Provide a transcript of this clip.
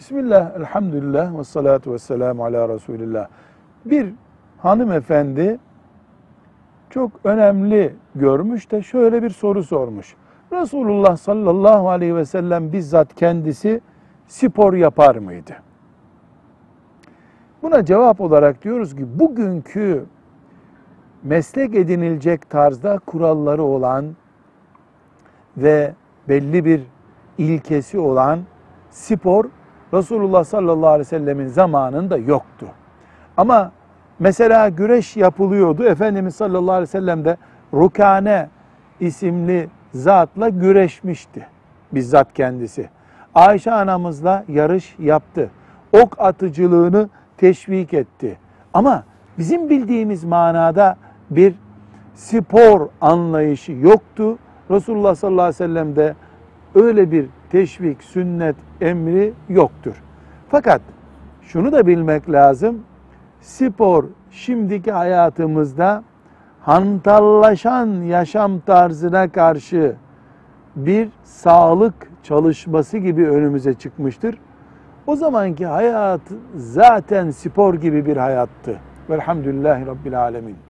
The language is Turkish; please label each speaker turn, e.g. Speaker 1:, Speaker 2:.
Speaker 1: Bismillah, elhamdülillah ve salatu ve selamu ala Resulillah. Bir hanımefendi çok önemli görmüş de şöyle bir soru sormuş. Resulullah sallallahu aleyhi ve sellem bizzat kendisi spor yapar mıydı? Buna cevap olarak diyoruz ki bugünkü meslek edinilecek tarzda kuralları olan ve belli bir ilkesi olan spor Resulullah sallallahu aleyhi ve sellemin zamanında yoktu. Ama mesela güreş yapılıyordu. Efendimiz sallallahu aleyhi ve sellem de Rukane isimli zatla güreşmişti. Bizzat kendisi. Ayşe anamızla yarış yaptı. Ok atıcılığını teşvik etti. Ama bizim bildiğimiz manada bir spor anlayışı yoktu. Resulullah sallallahu aleyhi ve sellem de öyle bir teşvik, sünnet emri yoktur. Fakat şunu da bilmek lazım. Spor şimdiki hayatımızda hantallaşan yaşam tarzına karşı bir sağlık çalışması gibi önümüze çıkmıştır. O zamanki hayat zaten spor gibi bir hayattı. Velhamdülillahi Rabbil Alemin.